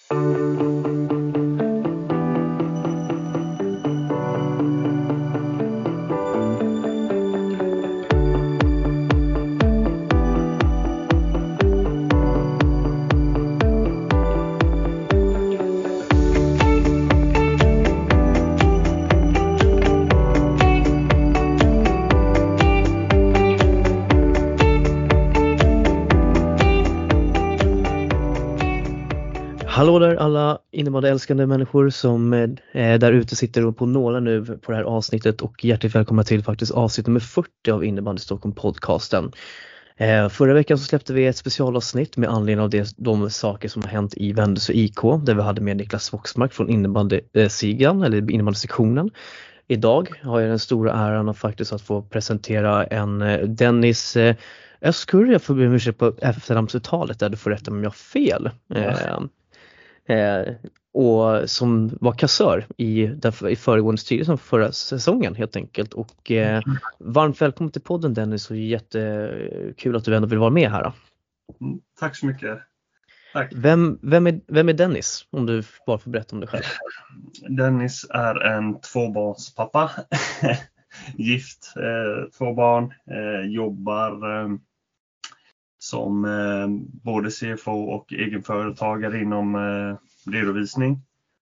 Hallå där alla innebandyälskande människor som där ute sitter på nålar nu på det här avsnittet, och hjärtligt välkomna till faktiskt avsnitt nummer 40 av Innebandy Stockholm podcasten. Förra veckan så släppte vi ett specialavsnitt med anledning av de saker som har hänt i Vändelsö IK, där vi hade med Niklas Voxmark från innebandysigan eller innebandysektionen. Idag har jag den stora äran att faktiskt att få presentera en Dennis Öskur. Jag får be om ursäkt på efternamnsuttalet där, du får rätta om jag har fel. Och som var kassör i föregående styrelsen förra säsongen helt enkelt. Och varmt välkommen till podden Dennis, och jättekul att du ändå vill vara med här. Tack så mycket. Tack. Vem är Dennis, om du bara får berätta om dig själv? Dennis är en tvåbarnspappa. Gift, 2 barn, jobbar som både CFO och egenföretagare inom redovisning.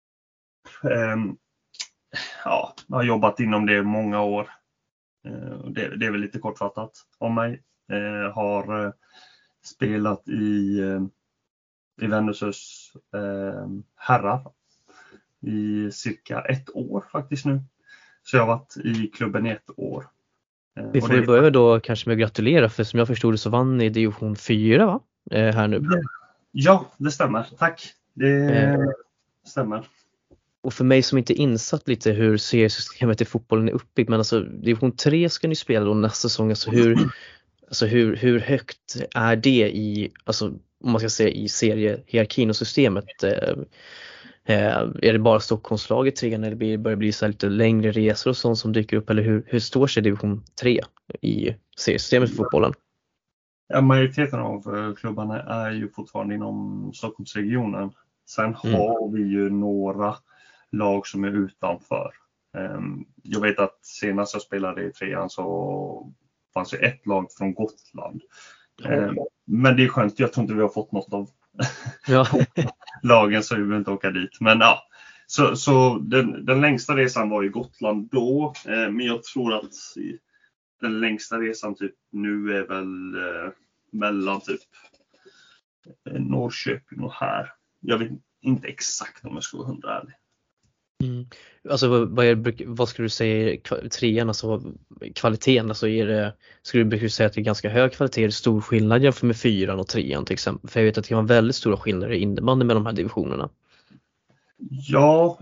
Jag har jobbat inom det många år. Det är väl lite kortfattat om mig. Har spelat i Vändelsös herrar i cirka 1 år faktiskt nu. Så jag har varit i klubben i 1 år. Vi får börja då kanske med att gratulera, för som jag förstod det så vann ni division 4 va? Här nu. Ja, det stämmer. Tack. Det stämmer. Och för mig som inte insatt lite hur seriesystemet i fotbollen är uppbyggt, men alltså division 3 ska ni spela då nästa säsong. Alltså hur högt är det i, alltså om man ska säga i seriehierarkin och systemet? Är det bara Stockholmslaget 3 eller börjar det bli så lite längre resor och sånt som dyker upp, eller hur står sig division 3 i seriesystemet för fotbollen? Ja, majoriteten av klubbarna är ju fortfarande inom Stockholmsregionen. Sen har vi ju några lag som är utanför. Jag vet att senast jag spelade i 3an så fanns det 1 lag från Gotland. Men det är skönt, jag tror inte vi har fått något av lagen, så vi behöver inte åka dit. Men ja, så den längsta resan var i Gotland då. Men jag tror att den längsta resan typ nu är väl mellan typ Norrköping och här. Jag vet inte exakt om jag ska vara 100 ärlig. Alltså vad skulle du säga 3an, alltså kvaliteten, alltså skulle du säga att det är ganska hög kvalitet, är det stor skillnad jämfört med 4an och 3an till exempel? För jag vet att det kan vara väldigt stora skillnader i innebandy med de här divisionerna. Ja,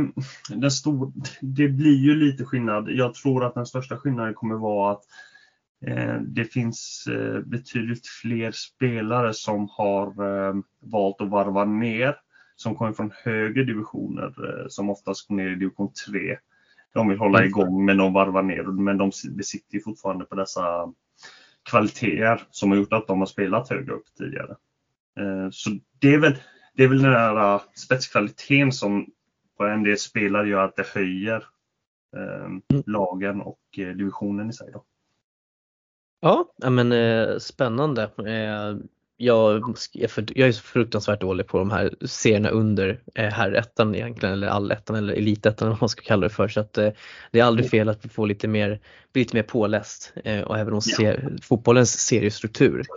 det blir ju lite skillnad. Jag tror att den största skillnaden kommer vara att det finns betydligt fler spelare som har valt att varva ner, som kommer från högre divisioner, som oftast går ner i division 3. De vill hålla igång, men de varvar ner, men de besitter ju fortfarande på dessa kvaliteter som har gjort att de har spelat högre upp tidigare. Så det är väl den här spetskvaliteten som på en del spelare gör att det höjer lagen och divisionen i sig då. Ja, men spännande. Jag är så fruktansvärt dålig på de här serierna under herrettan egentligen, eller allettan eller elitettan vad man ska kalla det för, så att det är aldrig fel att vi får bli lite mer påläst och även om fotbollens seriestruktur.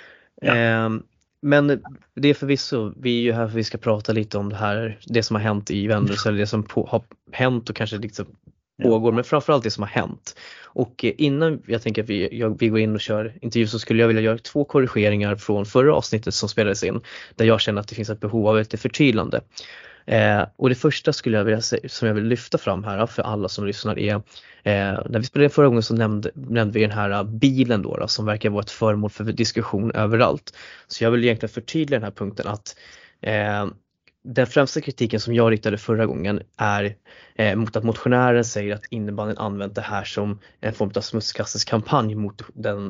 Men det är förvisso, vi är ju här för att vi ska prata lite om det som har hänt i Vändelsö, eller det som har hänt och kanske liksom pågår, men framförallt det som har hänt. Och innan jag tänker att vi går in och kör intervju, så skulle jag vilja göra 2 korrigeringar från förra avsnittet som spelades in, där jag känner att det finns ett behov av ett förtydligande. Och det första skulle jag vilja säga, som jag vill lyfta fram här för alla som lyssnar, är när vi spelade förra gången så nämnde vi den här bilen då, som verkar vara ett föremål för diskussion överallt. Så jag vill egentligen förtydliga den här punkten att den främsta kritiken som jag riktade förra gången är mot att motionären säger att innebandyn använt det här som en form av smutskastningskampanj mot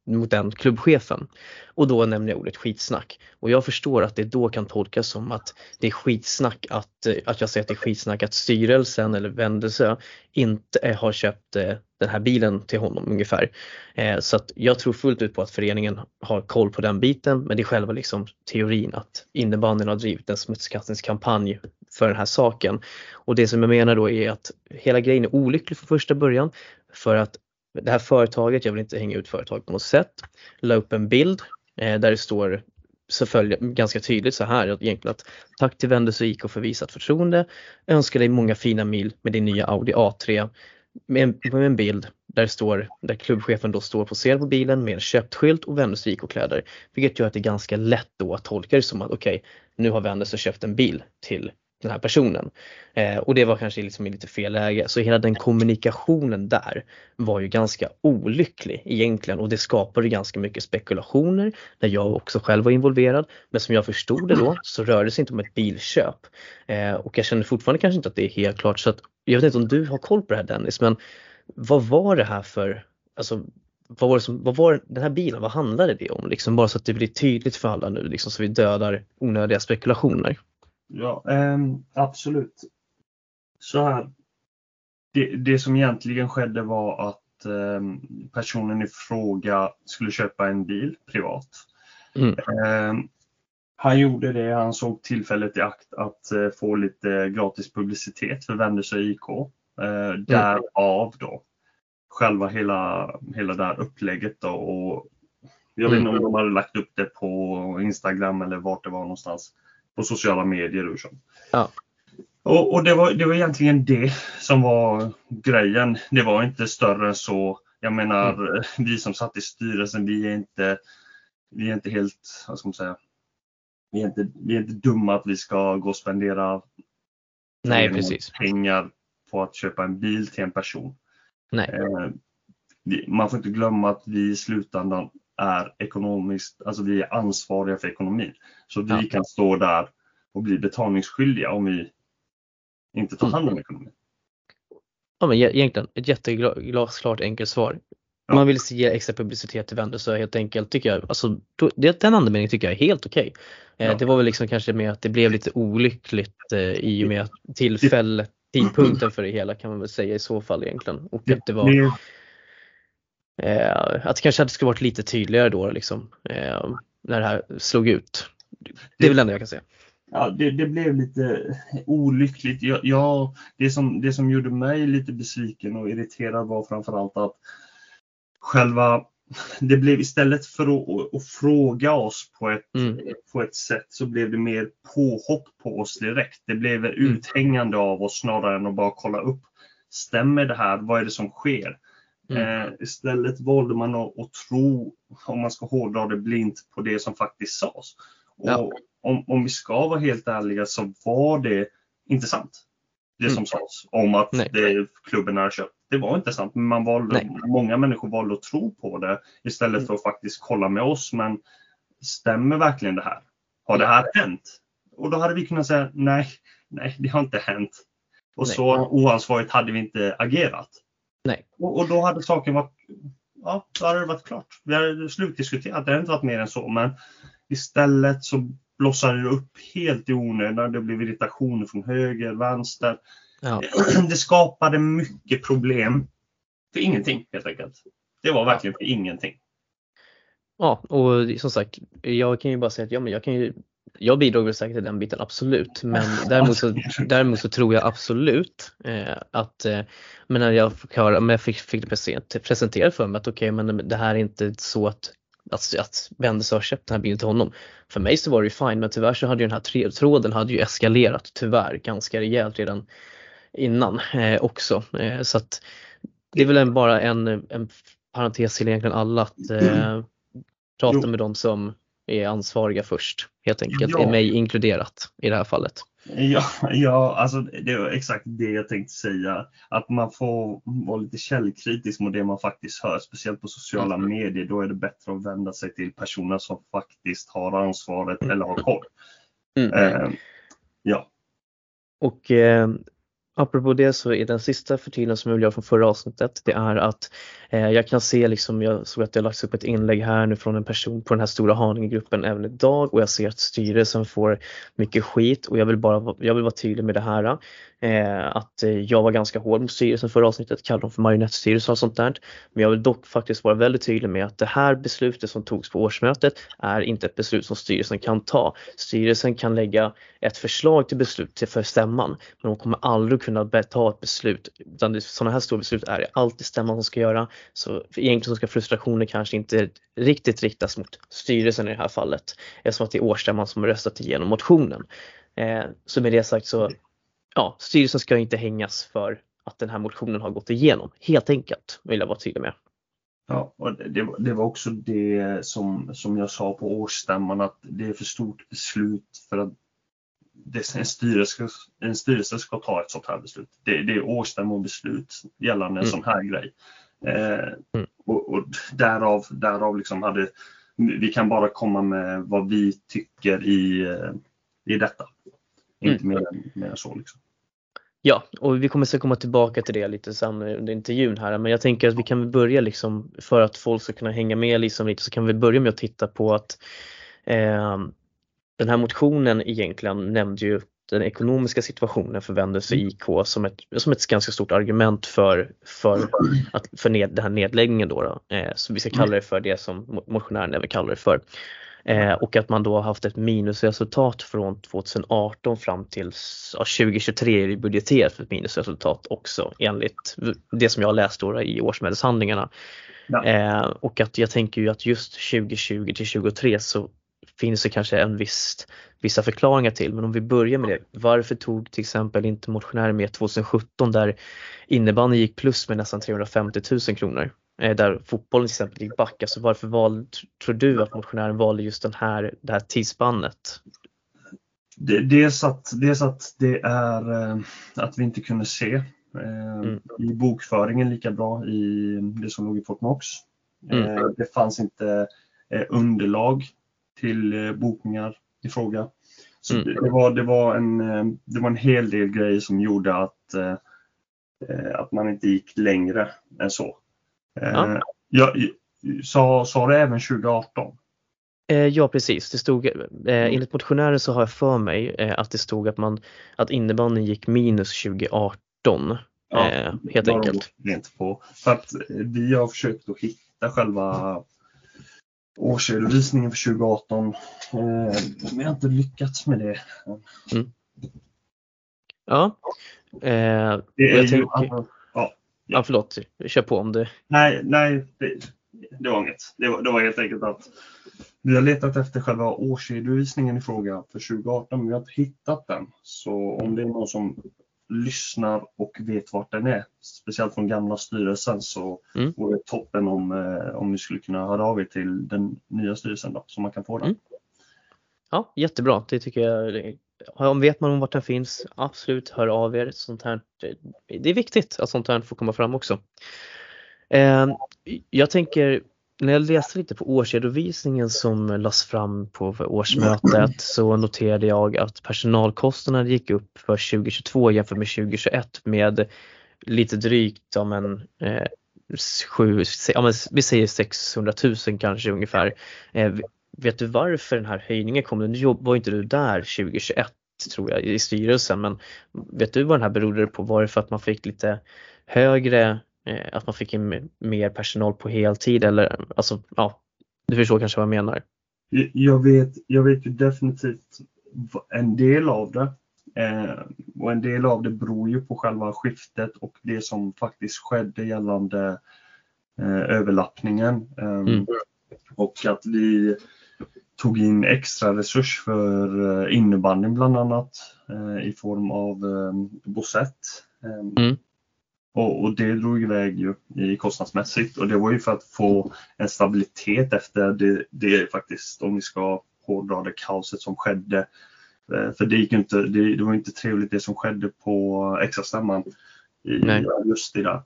mot den klubbchefen. Och då nämner jag ordet skitsnack. Och jag förstår att det då kan tolkas som att det är skitsnack att jag säger att det är skitsnack att styrelsen eller Vändelsö inte har köpt den här bilen till honom ungefär. Så att jag tror fullt ut på att föreningen har koll på den biten, men det är själva liksom teorin att innebandyn har drivit en smutskastningskampanj för den här saken. Och det som jag menar då är att hela grejen är olycklig från första början, för att det här företaget, jag vill inte hänga ut företaget på något sätt, la upp en bild där det står så följer ganska tydligt så här egentligen att tack till Vändelsö IK för visat förtroende, önskar dig många fina mil med din nya Audi A3 med en bild där klubbchefen då står poserad på bilen med en köptskylt och Vändelsö IK-kläder, vilket gör att det är ganska lätt då att tolka det som att okej, nu har Vändelsö köpt en bil till den här personen. Och det var kanske liksom i lite fel läge. Så hela den kommunikationen där var ju ganska olycklig egentligen. Och det skapade ganska mycket spekulationer där jag också själv var involverad. Men som jag förstod det då så rörde det sig inte om ett bilköp. Och jag känner fortfarande kanske inte att det är helt klart. Så att, jag vet inte om du har koll på det här Dennis. Men vad var det här för... Alltså, vad var den här bilen? Vad handlade det om? Liksom, bara så att det blir tydligt för alla nu. Liksom, så vi dödar onödiga spekulationer. Ja, absolut. Så här. Det som egentligen skedde var att personen i fråga skulle köpa en bil privat. Han gjorde det, han såg tillfället i akt att få lite gratis publicitet för Vändelsö IK. Därav då själva hela det här upplägget då, och jag vet inte om de hade lagt upp det på Instagram eller vart det var någonstans på sociala medier och så. Ja. Och det var egentligen det som var grejen. Det var inte större än så. Jag menar, vi som satt i styrelsen, vi är inte helt, vad ska man säga, vi är inte dumma att vi ska gå och spendera pengar på att köpa en bil till en person. Nej. Man får inte glömma att vi i slutändan är ekonomiskt, alltså vi är ansvariga för ekonomin. Så vi kan stå där och bli betalningsskyldiga om vi inte tar hand om ekonomin. Ja, men egentligen ett jätteglasklart enkelt svar. Ja. Man vill ge extra publicitet till Vändelsö helt enkelt, tycker jag. Alltså, den andemeningen tycker jag är helt okej. Ja. Det var väl liksom kanske med att det blev lite olyckligt i och med tidpunkten för det hela, kan man väl säga i så fall egentligen. Och att det var att det kanske skulle varit lite tydligare då liksom, när det här slog ut. Det är väl det enda jag kan säga. Ja, det blev lite olyckligt. Det som gjorde mig lite besviken och irriterad var framförallt att det blev istället för att fråga oss på ett sätt, så blev det mer påhopp på oss direkt. Det blev uthängande av oss snarare än att bara kolla upp. Stämmer det här? Vad är det som sker? Istället valde man att tro, om man ska hårdra det blint, på det som faktiskt sades. Och om vi ska vara helt ärliga så var det inte sant. Det som sades om att klubben har köpt. Det var inte sant. Men många människor valde att tro på det istället för att faktiskt kolla med oss. Men stämmer verkligen det här? Har det här hänt? Och då hade vi kunnat säga nej, det har inte hänt. Och så oansvarigt hade vi inte agerat. Nej. Och då hade saken varit, då hade det varit klart. Vi hade slutdiskuterat, det hade inte varit mer än så. Men istället så blossade det upp helt i onödan. Det blev irritation från höger, vänster. Ja. Det skapade mycket problem för ingenting helt enkelt. Det var verkligen för ingenting. Ja, och som sagt, jag kan ju bara säga att jag bidrog väl säkert till den biten, absolut. Men däremot så tror jag absolut att men när jag fick höra, men jag fick det presenterat för mig att okej, men det här är inte så att Vändelsö har köpt den här bilen till honom. För mig så var det ju fine, men tyvärr så hade ju den här tråden hade ju eskalerat tyvärr ganska rejält redan innan också. Så att det är väl bara en parentes till egentligen alla att prata med dem som är ansvariga först, helt enkelt. Är mig inkluderat i det här fallet. Ja, alltså det är exakt det jag tänkte säga. Att man får vara lite källkritisk mot det man faktiskt hör, speciellt på sociala medier. Då är det bättre att vända sig till personer som faktiskt har ansvaret eller har koll. Ja. Och apropå det så är den sista förtydligandet som jag vill göra från förra avsnittet, det är att jag kan se liksom, jag såg att det har lagts upp ett inlägg här nu från en person på den här stora Haninge-gruppen även idag, och jag ser att styrelsen får mycket skit, och jag vill vara tydlig med det här, att jag var ganska hård mot styrelsen förra avsnittet, kallade dem för marionettstyrelse och sånt där, men jag vill dock faktiskt vara väldigt tydlig med att det här beslutet som togs på årsmötet är inte ett beslut som styrelsen kan ta. Styrelsen kan lägga ett förslag till beslut för stämman, men de kommer aldrig kunna ta ett beslut, utan sådana här stora beslut är det alltid stämman som ska göra. Så egentligen så ska frustrationen kanske inte riktigt riktas mot styrelsen i det här fallet, eftersom att det är årsstämman som har röstat igenom motionen. Så med det sagt så, ja, styrelsen ska inte hängas för att den här motionen har gått igenom, helt enkelt, vill jag vara tydlig med. Ja, och det var också det som jag sa på årsstämman, att det är för stort beslut för att en styrelse ska ta ett sånt här beslut. Det är årsstämmobeslut gällande en sån här grej. Och därav liksom vi kan bara komma med vad vi tycker i detta. Inte mer än så liksom. Ja, och vi kommer att komma tillbaka till det lite sen under intervjun här, men jag tänker att vi kan börja liksom, för att folk ska kunna hänga med liksom lite, så kan vi börja med att titta på att den här motionen egentligen nämnde ju den ekonomiska situationen för Vendelsö IK som ett ganska stort argument för den här nedläggningen då. Så vi ska kalla det för det som motionären även kallar det för. Och att man då har haft ett minusresultat från 2018 fram till 2023 i budgeterat för ett minusresultat också, enligt det som jag har läst då i årsmedelshandlingarna. Ja. Och att jag tänker ju att just 2020 till 2023 så finns det kanske vissa förklaringar till, men om vi börjar med det, varför tog till exempel inte motionären med 2017 där innebandy gick plus med nästan 350 000 kronor, där fotbollen till exempel gick back, alltså varför tror du att motionären valde just det här tidspannet? Dels att det är att vi inte kunde se i bokföringen lika bra i det som låg i Fortnox. Det fanns inte underlag till bokningar i fråga. Så det var en hel del grejer som gjorde att man inte gick längre än så. Sa det även 2018? Ja, precis. Det stod enligt motionären, så har jag för mig att det stod att innebandyn gick minus 2018. Helt enkelt. Rent på. För att vi har försökt att hitta själva årsredovisningen för 2018. Men jag har inte lyckats med det. Ja. Förlåt, kör på om det. Nej, det var inget. Det var helt enkelt att vi har letat efter själva årsredovisningen i fråga för 2018, men vi har inte hittat den. Så om det är någon som lyssnar och vet vart den är, speciellt från gamla styrelsen, så vore det toppen om vi skulle kunna höra av er till den nya styrelsen då, så man kan få den. Ja, jättebra. Det tycker jag. Vet man om vart den finns, absolut hör av er. Sånt här, det är viktigt att sånt här får komma fram också. Jag tänker, när jag läste lite på årsredovisningen som lades fram på årsmötet, så noterade jag att personalkostnaderna gick upp för 2022 jämfört med 2021 med lite drygt vi säger 600 000 kanske ungefär. Vet du varför den här höjningen kom? Nu var inte du där 2021 tror jag i styrelsen, men vet du vad den här berodde på? Var det för att man fick lite högre, att man fick in mer personal på heltid, eller alltså, ja, du förstår kanske vad jag menar. Jag vet ju definitivt en del av det, och en del av det beror ju på själva skiftet och det som faktiskt skedde gällande överlappningen, och att vi tog in extra resurs för innebandyn bland annat i form av Bosett. Och det drog iväg ju i kostnadsmässigt, och det var ju för att få en stabilitet efter det faktiskt, om vi ska hårdra det kaoset som skedde. För det var inte trevligt det som skedde på extrastämman i augusti där.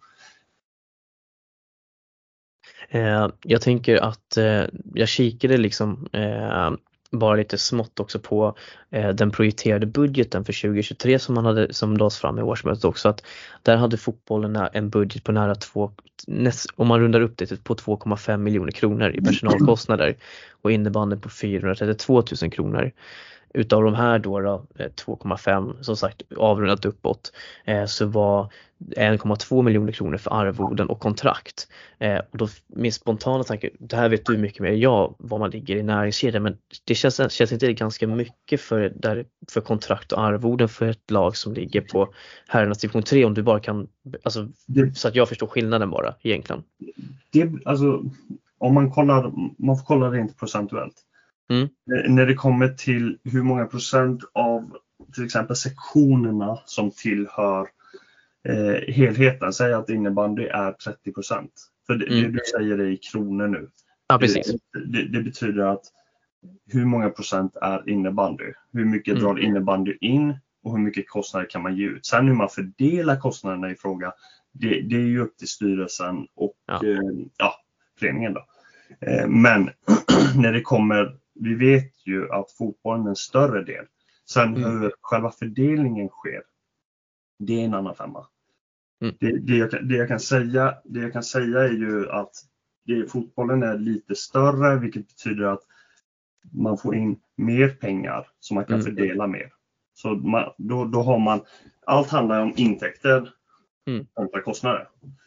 Jag tänker att jag kikade liksom bara lite smått också på den projekterade budgeten för 2023 som lades fram i årsmötet också, att där hade fotbollen en budget på nära om man rundar upp det på 2,5 miljoner kronor i personalkostnader och innebandyn på 432 000 kronor. Utav de här då 2,5 som sagt avrundat uppåt, så var 1,2 miljoner kronor för arvoden och kontrakt. Och då min spontana tanke, det här vet du mycket mer än jag vad man ligger i näringskedjan, men det känns inte det ganska mycket för kontrakt och arvoden för ett lag som ligger på herrarnas division 3, om du bara kan, alltså, så att jag förstår skillnaden bara egentligen. Alltså, om man får kolla rent procentuellt. När det kommer till hur många procent av till exempel sektionerna som tillhör helheten, säger att innebandy är 30%. För det du säger är i kronor nu. Ja, precis. Det betyder att hur många procent är innebandy? Hur mycket drar innebandy in och hur mycket kostnader kan man ge ut? Sen hur man fördelar kostnaderna i fråga, det är ju upp till styrelsen och föreningen då. Men när det kommer, vi vet ju att fotbollen är en större del. Sen hur själva fördelningen sker, det är en annan femma. Det jag kan säga är ju att fotbollen är lite större, vilket betyder att man får in mer pengar som man kan fördela mer. Så då har man, allt handlar om intäkter kontra kostnader.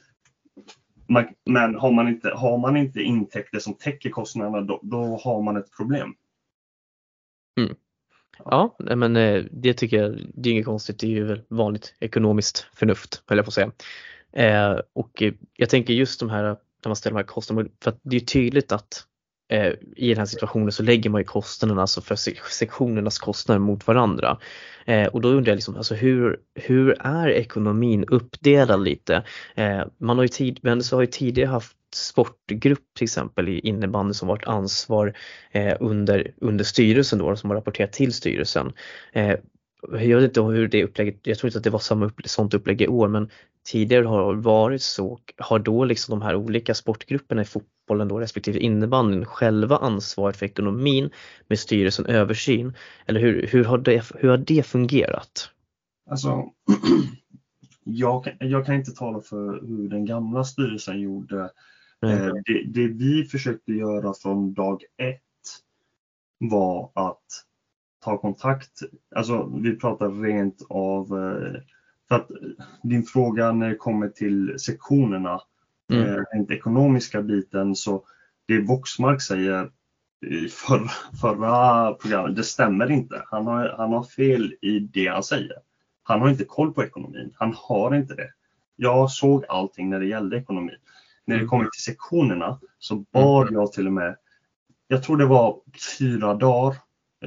Men har man inte intäkter som täcker kostnaderna, då har man ett problem. Ja, men det tycker jag, det är inget konstigt, det är ju väl vanligt ekonomiskt förnuft, höll jag på att säga. Och jag tänker just de här, när man ställer de här kostnaderna, för att det är tydligt att i den här situationen så lägger man ju kostnaderna, alltså för sektionernas kostnader mot varandra. Och då undrar jag liksom, alltså hur är ekonomin uppdelad lite? Man har ju tidigare haft sportgrupp till exempel i innebandy som varit ansvar under styrelsen då, som har rapporterat till styrelsen. Jag vet inte hur det upplägget, jag tror inte att det var sånt upplägg i år, men tidigare har det varit så. Har då liksom de här olika sportgrupperna i fotbollen då respektive innebandyn själva ansvaret för ekonomin med styrelsen översyn? Eller hur har det fungerat? Alltså jag kan inte tala för hur den gamla styrelsen gjorde. Det vi försökte göra från dag 1 var att ta kontakt. Alltså vi pratar rent av, för att din fråga när det kommer till sektionerna, den ekonomiska biten, så det Voxmark säger i förra programmet, det stämmer inte. Han har fel i det han säger. Han har inte koll på ekonomin. Han har inte det. Jag såg allting när det gällde ekonomin. När det kommer till sektionerna så bad jag till och med, jag tror det var 4 dagar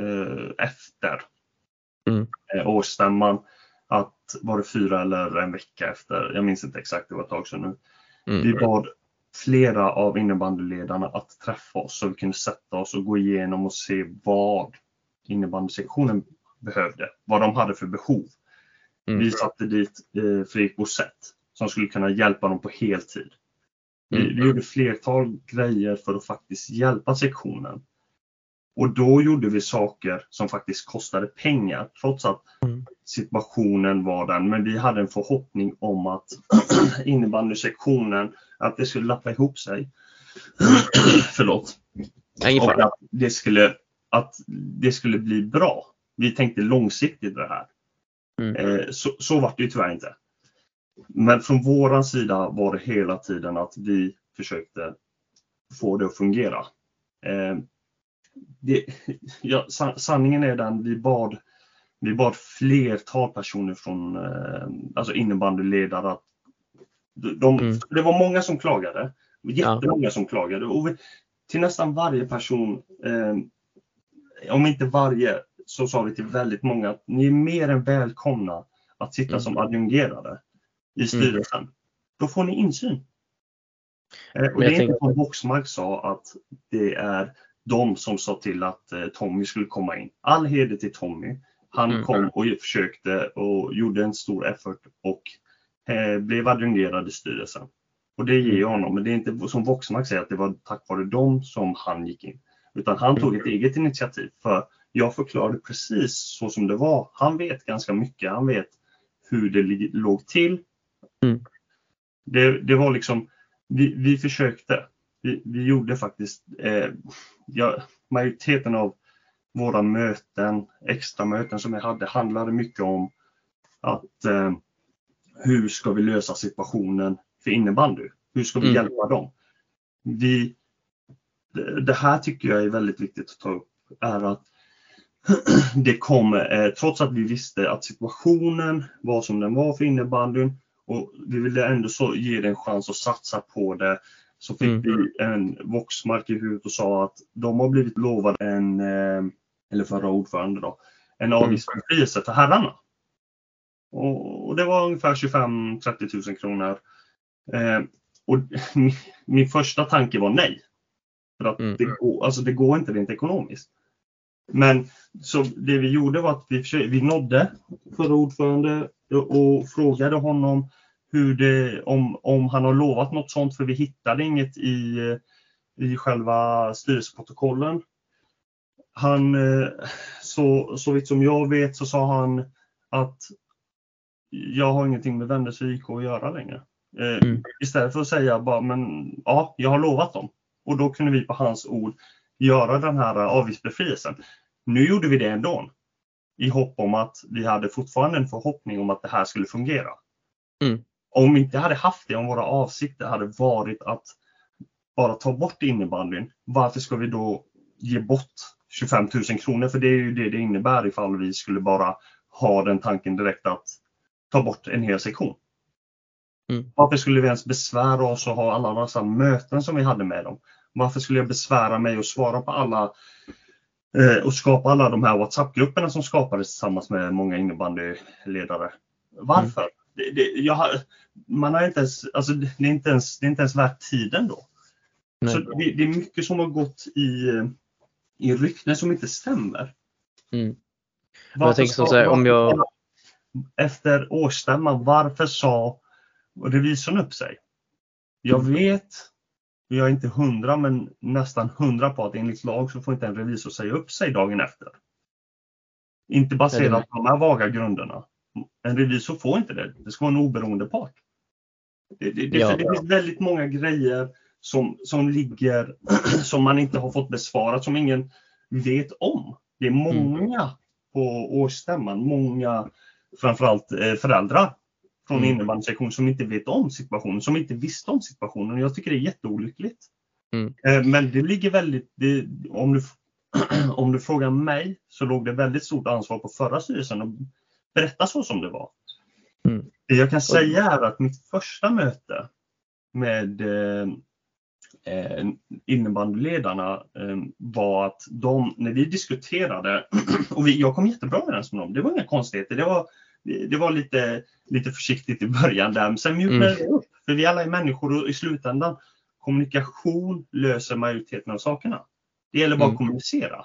efter årsstämman, att var det 4 eller en vecka efter, jag minns inte exakt, det var ett tag sedan nu. Vi bad flera av innebandyledarna att träffa oss så vi kunde sätta oss och gå igenom och se vad innebandysektionen behövde, vad de hade för behov. Vi satte dit Fredrik Bossett som skulle kunna hjälpa dem på heltid. Vi gjorde flertal grejer för att faktiskt hjälpa sektionen. Och då gjorde vi saker som faktiskt kostade pengar, trots att situationen var den. Men vi hade en förhoppning om att innebandysektionen, att det skulle lappa ihop sig. Förlåt. Och att det skulle bli bra. Vi tänkte långsiktigt det här. Så var det ju tyvärr inte. Men från våran sida var det hela tiden att vi försökte få det att fungera. Sanningen är den, vi bad flertal personer från alltså innebandyledare att det var många som klagade, jättemånga som klagade, och till nästan varje person, om inte varje, så sa vi till väldigt många att ni är mer än välkomna att sitta som adjungerade i styrelsen. Då får ni insyn. Och det är inte som Voxmark sa att det är de som sa till att Tommy skulle komma in. All heder till Tommy. Han kom och försökte och gjorde en stor effort och blev adjungerad i styrelsen. Och det ger jag honom. Men det är inte som Voxmark säger att det var tack vare dem som han gick in. Utan han tog ett eget initiativ, för jag förklarade precis så som det var. Han vet ganska mycket, han vet hur det låg till. Det var liksom, vi försökte. Vi gjorde faktiskt, majoriteten av våra möten, extra möten som jag hade, handlade mycket om att hur ska vi lösa situationen för innebandy? Hur ska vi hjälpa dem? Det här tycker jag är väldigt viktigt att ta upp, är att det kommer, trots att vi visste att situationen var som den var för innebandyn och vi ville ändå så ge det en chans att satsa på det, så fick vi en voxmark i huvudet och sa att de har blivit lovade eller förra ordförande då, en avgiftsbefrielse för herrarna. Och det var ungefär 25-30 000 kronor. Och min första tanke var nej. För att det går inte rent ekonomiskt. Men så det vi gjorde var att vi nådde förra ordförande och frågade honom om han har lovat något sånt, för vi hittade inget i själva styrelseprotokollen. Han, så vitt som jag vet, så sa han att jag har ingenting med Vännäs IK att göra längre. Istället för att säga bara, men ja, jag har lovat dem. Och då kunde vi på hans ord göra den här avgiftsbefrielsen. Nu gjorde vi det ändå. I hopp om att vi hade fortfarande en förhoppning om att det här skulle fungera. Om vi inte hade haft det, om våra avsikter hade varit att bara ta bort innebandyn, varför ska vi då ge bort 25 000 kronor? För det är ju det innebär ifall vi skulle bara ha den tanken direkt att ta bort en hel sektion. Varför skulle vi ens besvära oss och ha alla massa möten som vi hade med dem? Varför skulle jag besvära mig och svara på alla och skapa alla de här WhatsApp-grupperna som skapades tillsammans med många innebandyledare? Varför? Man har inte ens, alltså det är inte ens värt tiden då. Nej. Så det är mycket som har gått i rykten som inte stämmer. Jag tänker så här, om jag... Efter årsstämman, varför sa revisorn upp sig? Jag vet, jag är inte 100 men nästan 100 på att enligt lag så får inte en revisor säga upp sig dagen efter. Inte baserat på de här vaga grunderna. En revisor får inte det. Det ska vara en oberoende part. Det finns väldigt många grejer som ligger som man inte har fått besvarat, som ingen vet om. Det är många på årsstämman, många framförallt föräldrar från innebandysektion som inte vet om situationen, som inte visste om situationen. Jag tycker det är jätteolyckligt. Men det ligger väldigt, om du frågar mig, så låg det väldigt stort ansvar på förra styrelsen att berätta så som det var. Det jag kan säga är att mitt första möte med innebandyledarna var att när vi diskuterade, och jag kom jättebra överens med dem, det var inga konstigheter, det var lite försiktigt i början där, men sen mjuknade det upp, för vi alla är människor och i slutändan kommunikation löser majoriteten av sakerna. Det gäller bara att kommunicera.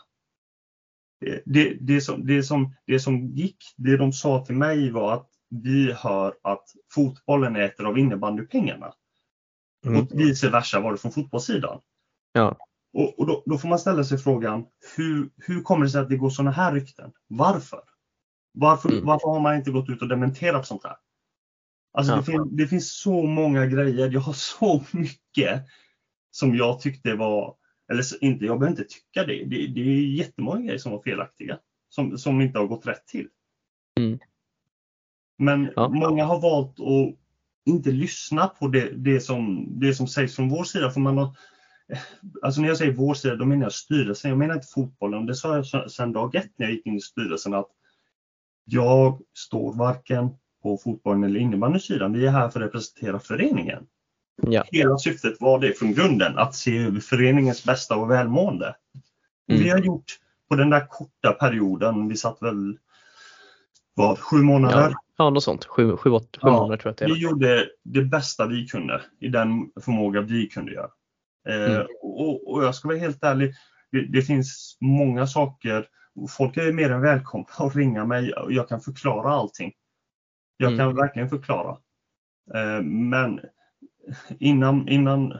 Det som gick, det de sa till mig var att vi hör att fotbollen äter av innebandypengarna. Och vice versa var det från fotbollssidan. Ja. Och då får man ställa sig frågan, hur kommer det sig att det går såna här rykten? Varför har man inte gått ut och dementerat sånt här? Alltså det finns så många grejer. Jag har så mycket som jag tyckte var, eller inte, jag behöver inte tycka det. Det är jättemånga grejer som var felaktiga. Som inte har gått rätt till. Men många har valt att inte lyssna på det som sägs från vår sida. För man har, alltså när jag säger vår sida, då menar jag styrelsen. Jag menar inte fotbollen. Det sa jag sedan dag ett när jag gick in i styrelsen, att jag står varken på fotbollen eller innebandysidan. Vi är här för att representera föreningen. Ja. Hela syftet var det från grunden, att se över föreningens bästa och välmående. Vi har gjort på den där korta perioden, vi satt väl 7 månader. Ja, något sånt. 7 månader tror jag att det är. Vi gjorde det bästa vi kunde i den förmåga vi kunde göra. Och jag ska vara helt ärlig, det finns många saker. Folk är mer än välkomna att ringa mig och jag kan förklara allting. Jag kan verkligen förklara. Men innan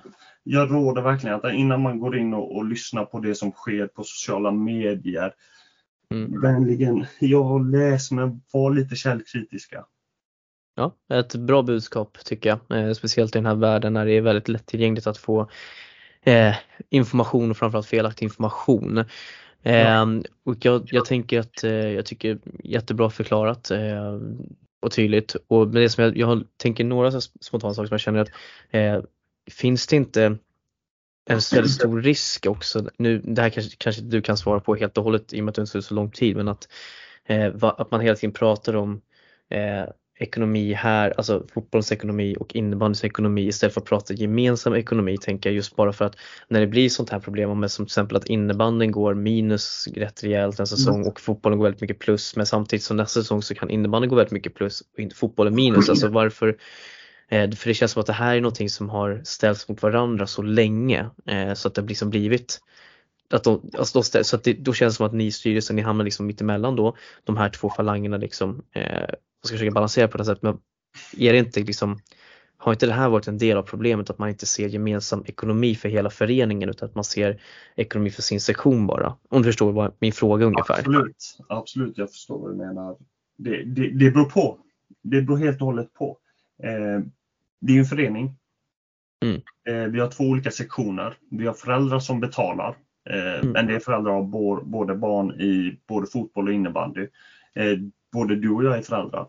jag råder verkligen att innan man går in och lyssnar på det som sker på sociala medier, vänligen, läs men var lite källkritiska. Ja, ett bra budskap tycker jag, speciellt i den här världen när det är väldigt lättillgängligt att få information och framförallt felaktig information. Och jag tänker att jag tycker jättebra förklarat och tydligt, och med det som jag tänker några så spontana saker som jag känner att finns det inte en väldigt stor risk också nu, det här kanske du kan svara på helt och hållet i och med att du inte så lång tid, men att man hela tiden pratar om ekonomi här, alltså fotbollens ekonomi och innebandyns ekonomi istället för att prata gemensam ekonomi, tänker jag, just bara för att när det blir sånt här problem med som till exempel att innebandyn går minus rätt rejält en säsong och fotbollen går väldigt mycket plus, men samtidigt som nästa säsong så kan innebandyn gå väldigt mycket plus och inte fotbollen minus, alltså varför? För det känns som att det här är någonting som har ställts mot varandra så länge, så att det liksom blivit att så att då känns det som att ni i styrelsen, ni hamnar liksom mittemellan då de här två falangerna liksom, och ska försöka balansera på det sättet. Men är det inte liksom, har inte det här varit en del av problemet att man inte ser gemensam ekonomi för hela föreningen utan att man ser ekonomi för sin sektion bara? Om du förstår vad min fråga ungefär. Absolut, jag förstår vad du menar. Det beror på. Det beror helt och hållet på. Det är ju en förening. Vi har två olika sektioner. Vi har föräldrar som betalar. En del föräldrar har både barn i både fotboll och innebandy. Både du och jag är föräldrar.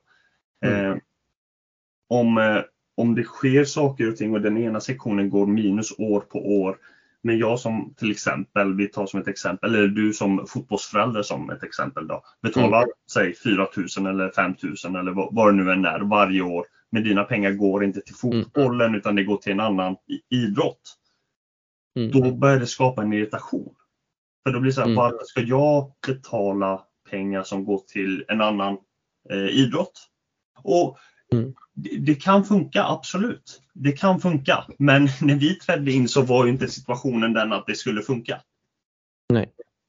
Om det sker saker och ting och den ena sektionen går minus år på år, men jag som till exempel, vi tar som ett exempel, eller du som fotbollsförälder som ett exempel då, betalar säg 4 000 eller 5 000 eller vad det nu än är varje år, men dina pengar går inte till fotbollen utan det går till en annan idrott. Då börjar det skapa en irritation. För då blir det så här, varför ska jag betala pengar som går till en annan idrott? Och det kan funka, absolut. Det kan funka. Men när vi trädde in så var ju inte situationen den att det skulle funka. Nej.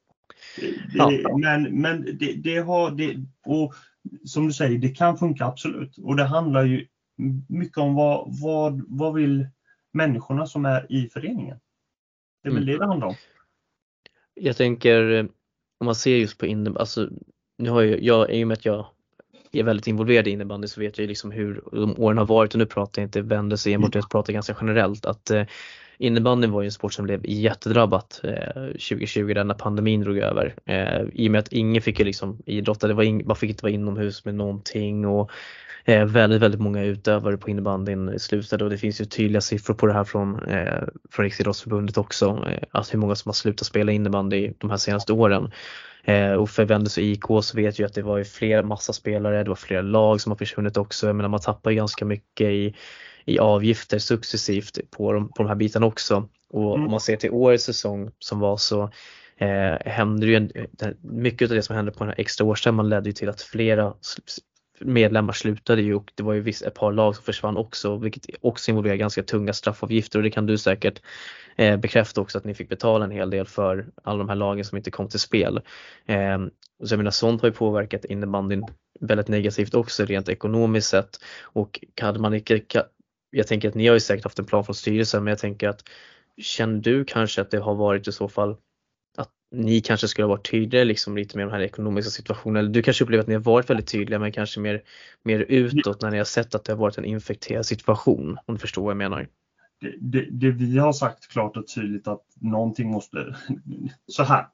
Men det har... och som du säger, det kan funka absolut. Och det handlar ju mycket om vad vill människorna som är i föreningen. Det är väl det handlar om. Jag tänker, om man ser just på innebandy, alltså nu har jag i och med att jag är väldigt involverad i innebandy så vet jag liksom hur de åren har varit, och nu pratar jag inte vändelse enbart, jag pratar ganska generellt, att innebandy var ju en sport som blev jättedrabbat 2020 när pandemin drog över, i och med att ingen fick ju liksom idrotta, man fick inte vara inomhus med någonting, och väldigt, väldigt många utövare på innebandyn slutade, och det finns ju tydliga siffror på det här från Riksidrottsförbundet också, att hur många som har slutat spela innebandy de här senaste åren. Och för Vändelse IK så vet jag att det var ju massa spelare, det var flera lag som har försvunnit också. Jag menar, man tappar ju ganska mycket i avgifter successivt på de här bitarna också. Och om man ser till årets säsong som var, så hände ju mycket av det som hände på den här extra årsstämman ledde ju till att flera medlemmar slutade ju, och det var ju ett par lag som försvann också, vilket också involverar ganska tunga straffavgifter, och det kan du säkert bekräfta också, att ni fick betala en hel del för alla de här lagen som inte kom till spel. Så jag menar, sånt har ju påverkat innebandyn väldigt negativt också rent ekonomiskt sett, och hade man inte, jag tänker att ni har ju säkert haft en plan från styrelsen, men jag tänker att känner du kanske att det har varit i så fall att ni kanske skulle ha varit tydligare liksom lite med den här ekonomiska situationen, eller du kanske upplever att ni har varit väldigt tydliga men kanske mer utåt när ni har sett att det har varit en infekterad situation, om du förstår vad jag menar? Det vi har sagt klart och tydligt att någonting måste, så här,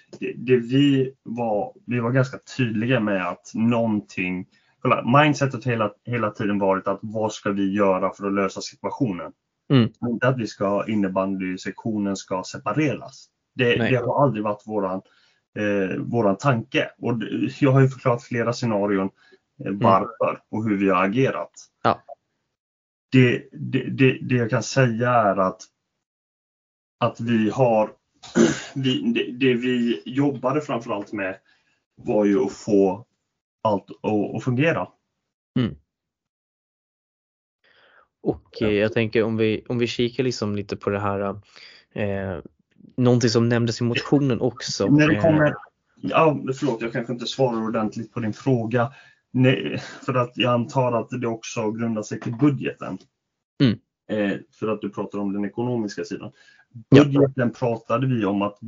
vi var ganska tydliga med att någonting, mindsetet hela tiden varit att vad ska vi göra för att lösa situationen? Inte att innebandysektionen ska separeras. Det har aldrig varit våran tanke, och jag har ju förklarat flera scenarion varför och hur vi har agerat. Ja. Det jag kan säga är att det vi jobbade framförallt med var ju att få allt att fungera. Och jag tänker om vi kikar liksom lite på det här, någonting som nämndes i motionen också. När det kommer, förlåt, jag kanske inte svarar ordentligt på din fråga. Nej, för att jag antar att det också grundar sig till budgeten. för att du pratar om den ekonomiska sidan. Ja. Budgeten pratade vi om att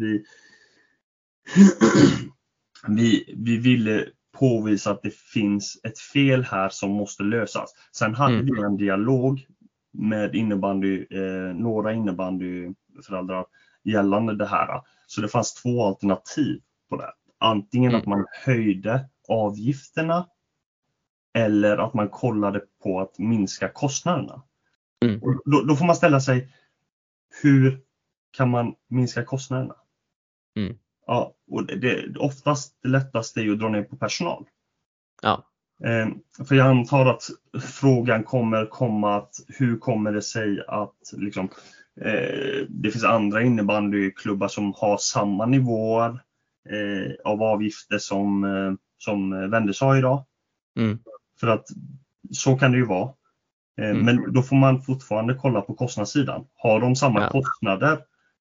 vi ville påvisa att det finns ett fel här som måste lösas. Sen hade vi en dialog med några innebandyföräldrar gällande det här. Så det fanns två alternativ på det. Antingen att man höjde avgifterna eller att man kollade på att minska kostnaderna. Då får man ställa sig, hur kan man minska kostnaderna? Ja, och oftast det lättaste är ju att dra ner på personal. Ja. För jag antar att frågan kommer komma att hur kommer det sig att liksom, det finns andra innebandyklubbar som har samma nivåer av avgifter som Vendels har idag. För att så kan det ju vara. Men då får man fortfarande kolla på kostnadssidan. Har de samma kostnader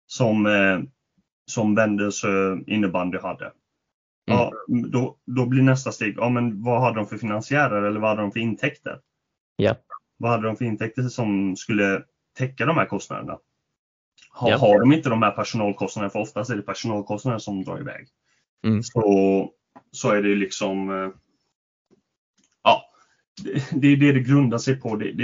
som Vendels innebandy hade? Ja, då blir nästa steg, ja, men vad hade de för finansiärer eller vad hade de för intäkter? Ja. Vad hade de för intäkter som skulle täcka de här kostnaderna? Har de inte de här personalkostnaderna, för oftast är det personalkostnader som drar iväg. Så är det liksom, ja, det är det grundar sig på. Det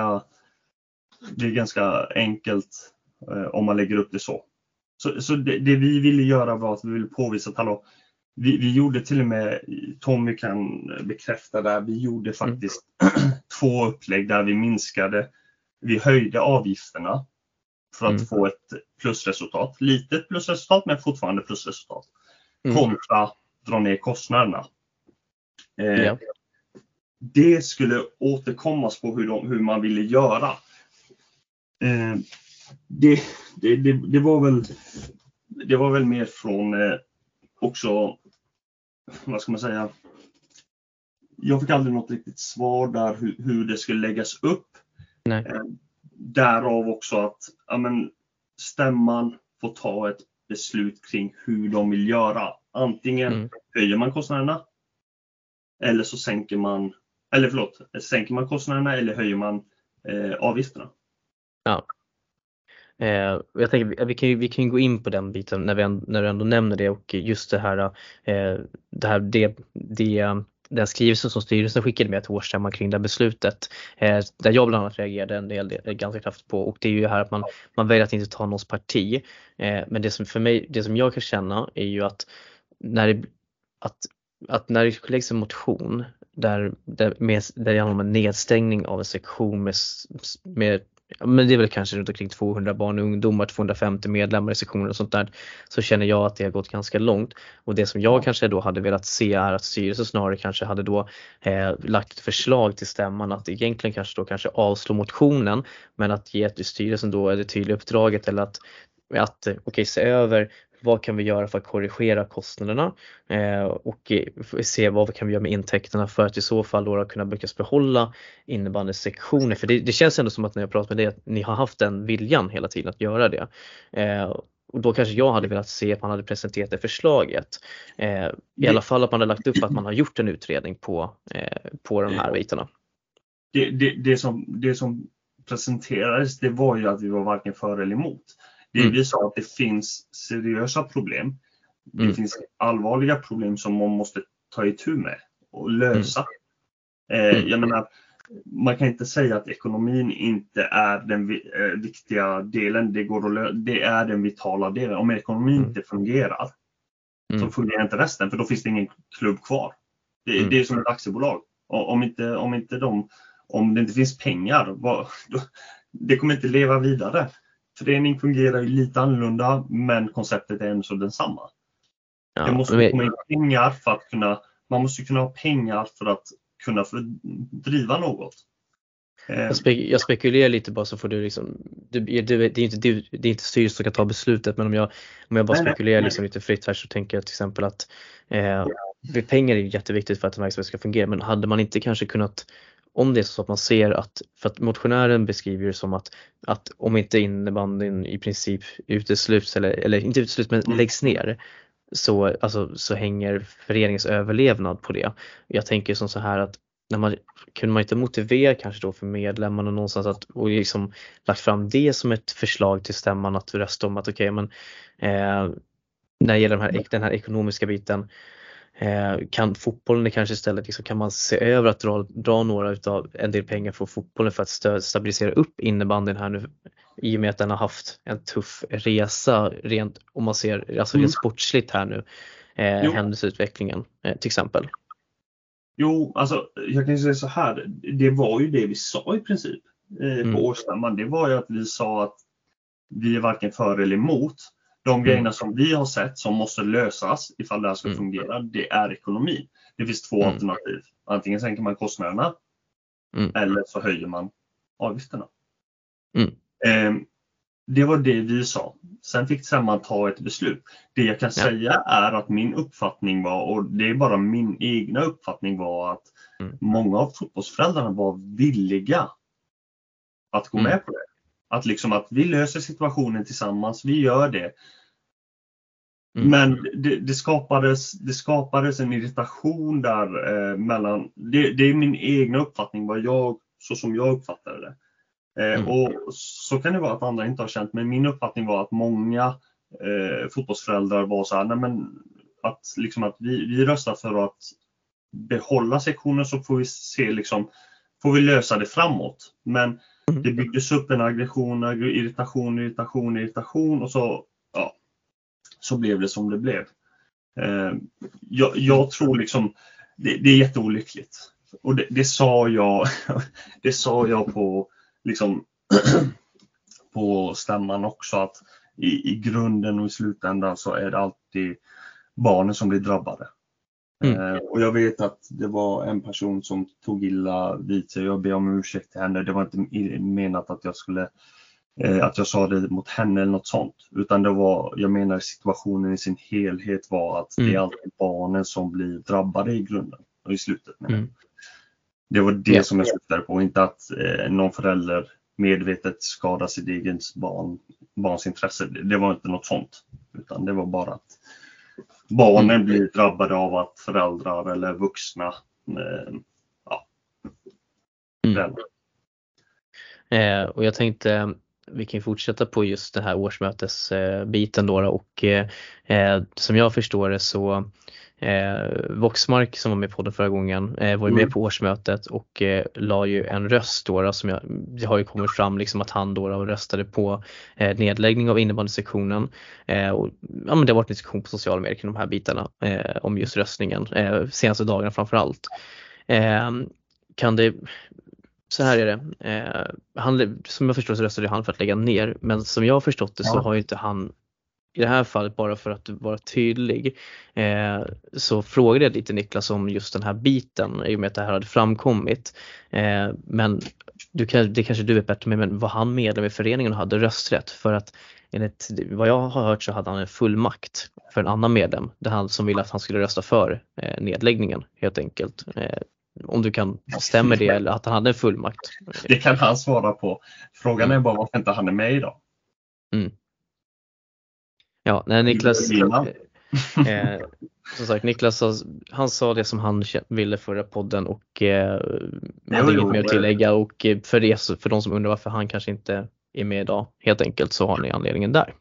är ganska enkelt om man lägger upp det så. Så det vi ville göra var att vi ville påvisa att vi gjorde till och med, Tommy kan bekräfta det, vi gjorde faktiskt 2 upplägg där vi höjde avgifterna för att få ett plusresultat. Litet plusresultat, men fortfarande plusresultat. Kontra dra ner kostnaderna. Det skulle återkommas på hur man ville göra. Det var väl mer från också, vad ska man säga, jag fick aldrig något riktigt svar där hur det skulle läggas upp. Nej. Därav också att stämman får ta ett beslut kring hur de vill göra. Antingen höjer man kostnaderna eller så sänker man kostnaderna eller höjer man avgifterna. Ja. Jag tänker vi kan gå in på den biten när du ändå nämner det, och just det här den skrivelsen som styrelsen skickade med till årsstämman kring det här beslutet, där jag bland annat reagerade en del ganska kraftigt på, och det är ju här att man väljer att inte ta någons parti, men det som för mig, det som jag kan känna är ju att när det läggs en motion där det handlar om en nedstängning av en sektion med men det är väl kanske runt omkring 200 barn och ungdomar, 250 medlemmar i sektionen och sånt där, så känner jag att det har gått ganska långt. Och det som jag kanske då hade velat se är att styrelsen snarare kanske hade då lagt ett förslag till stämman att egentligen kanske avslå motionen, men att ge till styrelsen då det tydliga uppdraget eller att se över vad kan vi göra för att korrigera kostnaderna och se vad kan vi göra med intäkterna för att i så fall då kunna lyckas behålla innebandysektioner. För det känns ändå som att när jag pratar med det att ni har haft den viljan hela tiden att göra det. Och då kanske jag hade velat se att man hade presenterat det förslaget. I alla fall att man har lagt upp att man har gjort en utredning på de här bitarna. Det som presenterades, det var ju att vi var varken för eller emot. Vi sa att det finns seriösa problem. Det finns allvarliga problem som man måste ta itu med och lösa. Jag menar, man kan inte säga att ekonomin inte är den viktiga delen. Det är den vitala delen. Om ekonomin inte fungerar så fungerar inte resten, för då finns det ingen klubb kvar. Det är som ett aktiebolag. Om det inte finns pengar, det kommer inte leva vidare. Förening fungerar ju lite annorlunda, men konceptet är ändå så densamma. Det måste komma in pengar för att man måste kunna ha pengar för att kunna driva något. Jag spekulerar lite bara, så får du liksom, det är inte styrelsen som kan ta beslutet, men om jag bara spekulerar liksom lite fritt här, så tänker jag till exempel att pengar är jätteviktigt för att en verksamhet ska fungera, men hade man inte kanske kunnat, om det är så att man ser att, för att motionären beskriver det som att om inte innebandyn i princip utesluts eller inte utesluts men läggs ner, så hänger föreningens överlevnad på det. Jag tänker som så här att kunde man inte motivera kanske då för medlemmarna någonstans och liksom lagt fram det som ett förslag till stämman att rösta om att okej, men när det gäller den här ekonomiska biten, kan fotbollen kanske istället liksom, kan man se över att dra några utav en del pengar från fotbollen för att stabilisera upp innebandyn här nu, i och med att den har haft en tuff resa rent, om man ser alltså rent sportsligt här nu, händelseutvecklingen till exempel. Jo, alltså jag kan ju säga så här, det var ju det vi sa i princip på årsstämman. Det var ju att vi sa att vi är varken för eller emot. De grejerna som vi har sett som måste lösas ifall det här ska fungera, det är ekonomi. Det finns två alternativ. Antingen sänker man kostnaderna eller så höjer man avgifterna. Det var det vi sa. Sen fick man ta ett beslut. Det jag kan säga är att min uppfattning var, och det är bara min egna uppfattning, var att många av fotbollsföräldrarna var villiga att gå med på det. Att liksom att vi löser situationen tillsammans, vi gör det. Men det skapades en irritation där mellan, det är min egna uppfattning, så som jag uppfattade det. Och så kan det vara att andra inte har känt, men min uppfattning var att många fotbollsföräldrar var så här, nej men att vi röstar för att behålla sektionen, så får vi se liksom, får vi lösa det framåt. Men det byggdes upp en aggression, irritation och så blev det som det blev. Jag tror liksom det är jätteolyckligt. Och det sa jag på liksom på stämman också, att i grunden och i slutändan så är det alltid barnen som blir drabbade. Och jag vet att det var en person som tog illa vid sig. Jag ber om ursäkt till henne. Det var inte menat att jag sa det mot henne eller något sånt. Utan det var, jag menar, situationen i sin helhet var att det är alltid barnen som blir drabbade i grunden och i slutet. Det var det som jag syftade på. Inte att någon förälder medvetet skadar sitt egen barns intresse. Det var inte något sånt. Utan det var bara att barnen blir drabbade av att föräldrar eller vuxna och jag tänkte vi kan fortsätta på just den här årsmötesbiten då, och som jag förstår det så Voxmark, som var med på den förra gången, var ju med på årsmötet och la ju en röst då, som det har ju kommit fram liksom att han då röstade på nedläggning av innebandysektionen, och men det har varit en diskussion på sociala medier kring de här bitarna om just röstningen senaste dagarna framförallt. Kan det, så här är det, som jag förstår så röstade han för att lägga ner, men som jag har förstått det så har ju inte han i det här fallet, bara för att vara tydlig, så frågade jag lite Niklas om just den här biten i och med att det här hade framkommit, men det kanske du vet bättre med, men var han medlem i föreningen och hade rösträtt? För att enligt vad jag har hört så hade han en fullmakt för en annan medlem, det han som ville att han skulle rösta för nedläggningen helt enkelt. Om du kan stämma det, eller att han hade en fullmakt. Det kan han svara på. Frågan är bara varför inte han är med idag. Ja, när Niklas som sagt, Niklas han sa det som han ville förra podden och hade inget mer att tillägga, och för de som undrar varför han kanske inte är med idag, helt enkelt så har ni anledningen där.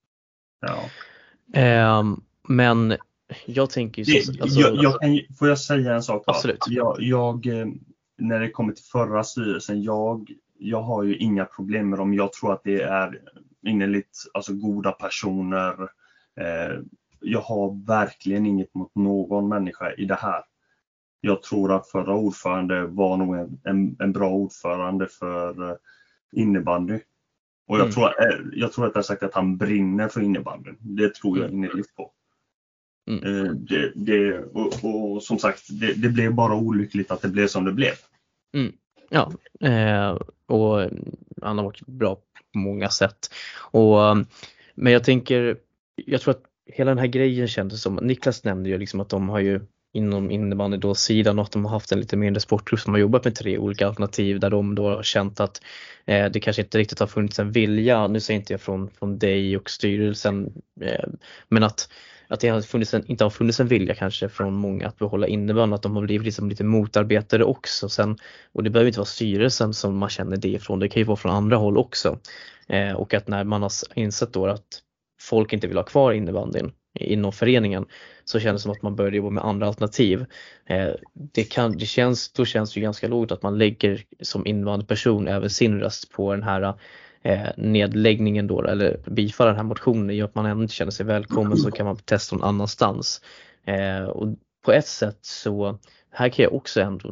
Men jag tänker ju får jag säga en sak? Absolut. Jag när det kommer till förra styrelsen, jag har ju inga problem med dem. Jag tror att det är innerligt goda personer. Jag har verkligen inget mot någon människa i det här. Jag tror att förra ordförande var nog en bra ordförande för innebandy. Och jag tror att jag sagt att han brinner för innebandyn. Det tror jag innerligt på. Och som sagt, det blev bara olyckligt att det blev som det blev. Ja, och han har varit bra på många sätt. Men jag tror att hela den här grejen kändes som, Niklas nämnde ju liksom att de har ju inom innebandy då sidan, och att de har haft en lite mindre sportgrupp som har jobbat med 3 olika alternativ, där de då har känt att det kanske inte riktigt har funnits en vilja, nu säger inte jag från dig och styrelsen, men att att det har inte har funnits en vilja kanske från många att behålla inneband, att de har blivit liksom lite motarbetade också sen, och det behöver inte vara styrelsen som man känner det ifrån, det kan ju vara från andra håll också. Och att när man har insett då att folk inte vill ha kvar innebandyn inom föreningen, så känns det som att man börjar jobba med andra alternativ. Då känns det ju ganska lågt att man lägger som invandrarperson även sin röst på den här nedläggningen då, eller bifalla den här motionen, gör att man ändå inte känner sig välkommen, så kan man testa någon annanstans. Och på ett sätt så här kan jag också ändå,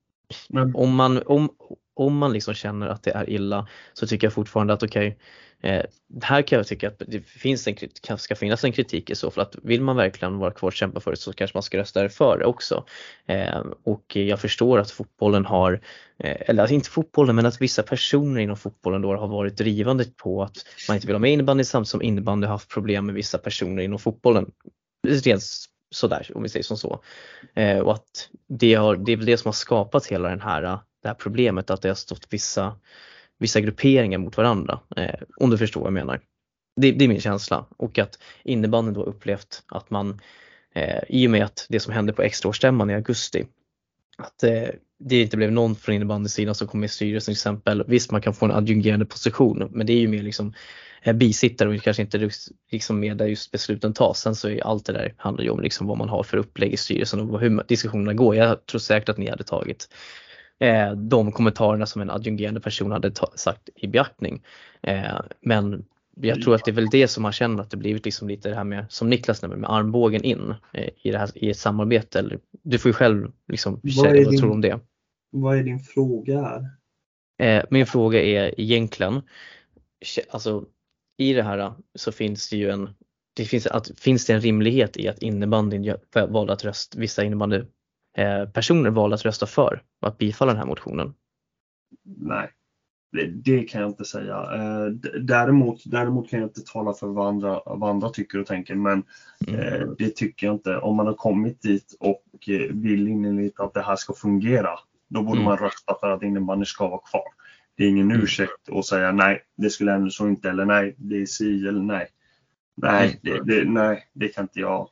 om man liksom känner att det är illa, så tycker jag fortfarande att okej, här kan jag tycka att det ska finnas en kritik i så fall, att vill man verkligen vara kvar och kämpa för det, så kanske man ska rösta för det också. Och jag förstår att fotbollen har, eller inte fotbollen, men att vissa personer inom fotbollen då har varit drivande på att man inte vill ha med innebandy, samt som innebandy har haft problem med vissa personer inom fotbollen. Rent sådär, om vi säger som så. Och att det är väl det som har skapat hela det här problemet, att det har stått vissa grupperingar mot varandra, om du förstår vad jag menar. Det är min känsla, och att innebandyn då upplevt att man i och med att det som hände på extraårsstämman i augusti, att det inte blev någon från innebandysidan som kom med i styrelsen till exempel. Visst, man kan få en adjungerande position, men det är ju mer liksom bisittare och kanske inte liksom med där just besluten tas. Sen så är allt det där handlar ju om liksom vad man har för upplägg i styrelsen och hur diskussionerna går. Jag tror säkert att ni hade tagit de kommentarerna som en adjungerande person hade sagt i beaktning. Men jag tror att det är väl det som man känner, att det blivit liksom lite det här med, som Niklas nämnde, med armbågen in i ett samarbete. Eller, du får ju själv liksom säga vad du tror om det. Vad är din fråga här? Min fråga är egentligen, alltså i det här så finns det ju finns det en rimlighet i att innebandyn valde att vissa innebandy personer valde att rösta för och att bifalla den här motionen? Nej, det kan jag inte säga. Däremot kan jag inte tala för vad andra tycker och tänker, men det tycker jag inte. Om man har kommit dit och vill innerligt att det här ska fungera, då borde man rösta för att innebandy ska vara kvar. Det är ingen ursäkt att säga nej, det skulle ändå så inte, eller nej, det är si eller nej. Nej, det kan inte jag.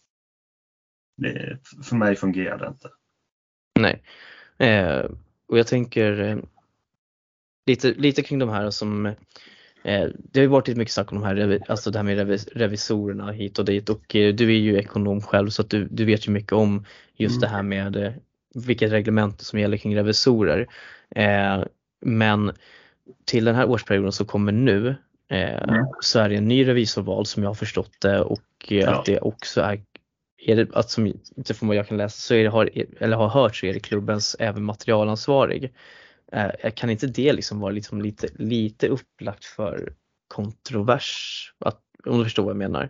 För mig fungerar det inte. Nej. Och jag tänker lite kring de här som det har ju varit mycket snack om de här, alltså det här med revisorerna hit och dit, och du är ju ekonom själv, så att du vet ju mycket om just det här med vilket reglement som gäller kring revisorer. Men till den här årsperioden som kommer nu, så är det en ny revisorval som jag har förstått det, och att det också är det att, som inte från vad jag kan läsa, så är det, har hört, så är det klubbens även materialansvarig. Kan inte det liksom vara liksom lite upplagt för kontrovers, om du förstår vad jag menar?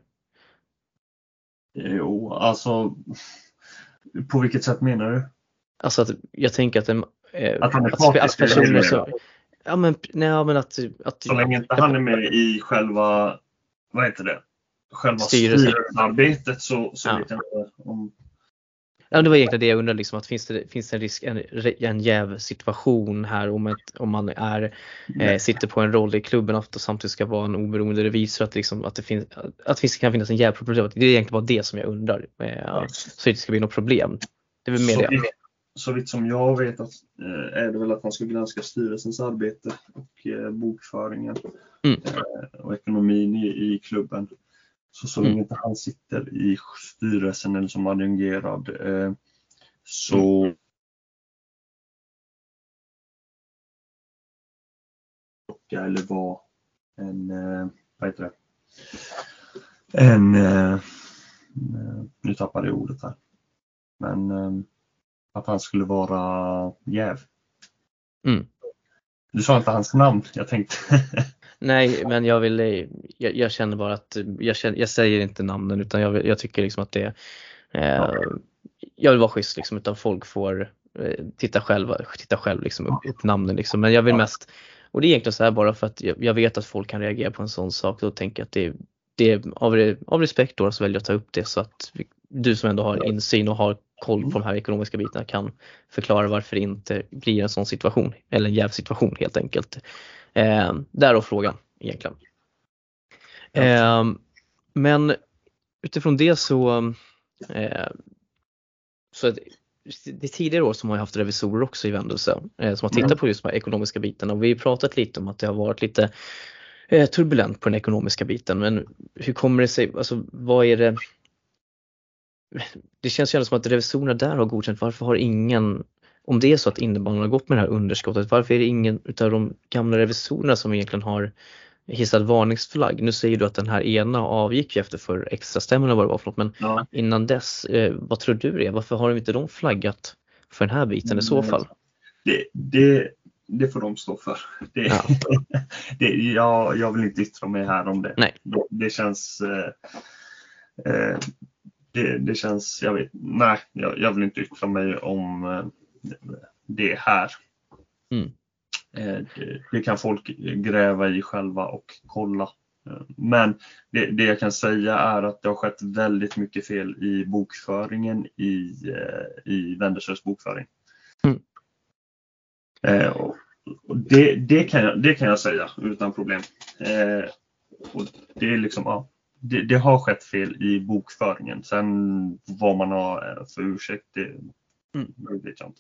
Jo, alltså på vilket sätt menar du? Alltså att jag tänker att att personer så, att så länge inte han är med i själva, vad heter det? Själva styrelsearbetet så vet jag inte om. Ja, det var egentligen det jag undrade, liksom, att finns det en risk, en jäv situation här om man sitter på en roll i klubben och samtidigt ska vara en oberoende revisor, att liksom att det kan finnas en jäv problem. Det är egentligen bara det som jag undrar, så det ska bli något problem. Det är väl mer det. Så vitt som jag vet är det väl att man ska granska styrelsens arbete och bokföringen och ekonomin i klubben. Så länge inte han sitter i styrelsen eller som adjungerad så eller var en vad heter det? Nu tappade jag ordet här. Men att han skulle vara jäv. Du sa inte hans namn, jag tänkte. Nej, men jag känner bara att jag säger inte namnen, utan jag tycker liksom att det jag vill vara schysst liksom, utan folk får titta själv liksom upp namnen liksom. Men jag vill mest, och det är egentligen så här bara för att jag vet att folk kan reagera på en sån sak, och tänker att det är av respekt då, så väljer jag att ta upp det, så att du som ändå har insyn och har koll på de här ekonomiska bitarna kan förklara varför det inte blir en sån situation, eller en jäv situation helt enkelt. Därav frågan egentligen. Men utifrån det så att det tidigare år som har haft revisorer också i Vendelse som har tittat på just de här ekonomiska bitarna, och vi har pratat lite om att det har varit lite turbulent på den ekonomiska biten, men hur kommer det sig, alltså vad är det? Det känns ju som att revisorerna där har godkänt. Varför har ingen, om det är så att innebandyn har gått med det här underskottet, varför är det ingen utav de gamla revisorerna som egentligen har hissat varningsflagg? Nu säger du att den här ena avgick ju efter för extra stämmorna vad det var för något, men innan dess, vad tror du det är? Varför har inte de flaggat för den här biten i så fall? Det får de stå för. Jag vill inte yttra mig här om det. Nej. Det känns det känns, jag vill inte yttra mig om det här. Det kan folk gräva i själva och kolla. Men det jag kan säga är att det har skett väldigt mycket fel i bokföringen i Vendersös bokföring. Och det kan jag säga utan problem. Och det är liksom, det har skett fel i bokföringen. Sen vad man har för ursäkt, det vet jag inte.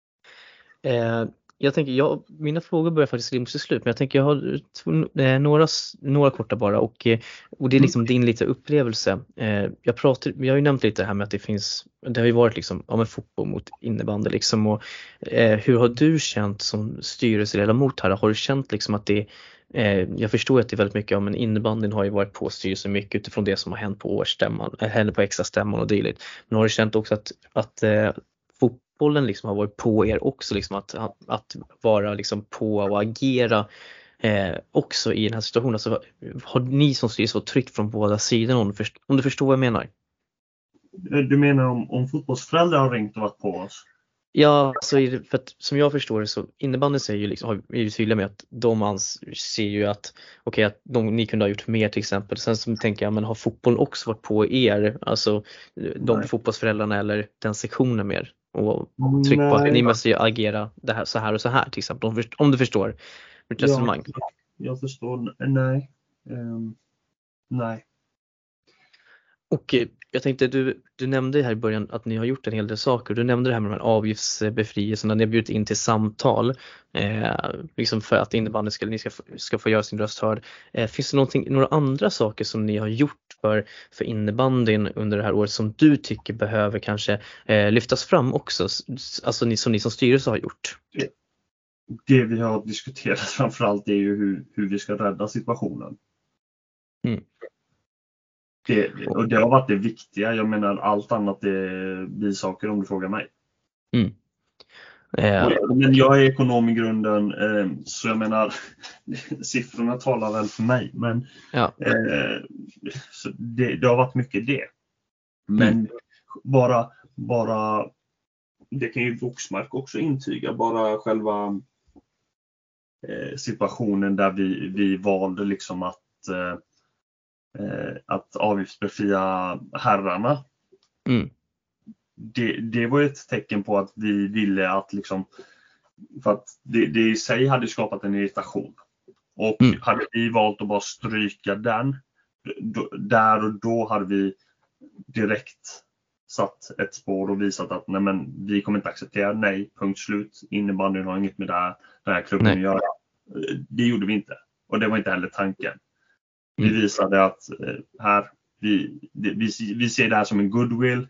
Jag tänker, mina frågor börjar faktiskt rimma till slut, men jag tänker jag har några korta bara, och det är liksom din lite upplevelse. Jag har ju nämnt lite här med att det har ju varit liksom, med fotboll mot innebandy liksom, och hur har du känt som styrelseledamot här? Har du känt liksom att det jag förstår att det är väldigt mycket, men innebandyn har ju varit på styrelsen mycket utifrån det som har hänt på årsstämman, eller på extra stämman och dylikt. Men har du känt också att fotbollen liksom har varit på er också, liksom att vara liksom på och agera också i den här situationen? Alltså, har ni som styrelse fått tryck från båda sidorna, om du förstår vad jag menar? Du menar om fotbollsföräldrar har ringt och varit på oss? Ja, alltså, för att, som jag förstår det så innebandyn säger ju liksom, är ju tydliga med att de ser ju att att ni kunde ha gjort mer till exempel. Sen så tänker jag, men har fotbollen också varit på er, alltså de fotbollsföräldrarna eller den sektionen mer, och tryck på att ni måste ju agera det här så här till exempel, om du förstår mitt resonemang? Jag förstår, nej. Och jag tänkte, du nämnde här i början att ni har gjort en hel del saker. Du nämnde det här med de här avgiftsbefrielserna. Ni har bjudit in till samtal liksom för att innebandyn ska få göra sin röst hörd. Finns det några andra saker som ni har gjort för innebandyn under det här året som du tycker behöver kanske lyftas fram också? Alltså som ni som styrelse har gjort? Det vi har diskuterat framförallt är ju hur vi ska rädda situationen. Och det har varit det viktiga. Jag menar, allt annat är bisaker om du frågar mig. Men jag är ekonom i grunden, så jag menar, siffrorna talar väl för mig. Men så det har varit mycket det. Men bara det kan ju Voxmark också intyga. Bara själva situationen där vi valde liksom att avgiftsbefria herrarna. Det var ett tecken på att vi ville att liksom, för att det i sig hade skapat en irritation. Och hade vi valt att bara stryka den, där och då hade vi direkt satt ett spår och visat att nej, men vi kommer inte acceptera, punkt slut, innebandyn har inget med den här klubben att göra. Det gjorde vi inte, och det var inte heller tanken. Vi visade att vi ser det här som en goodwill.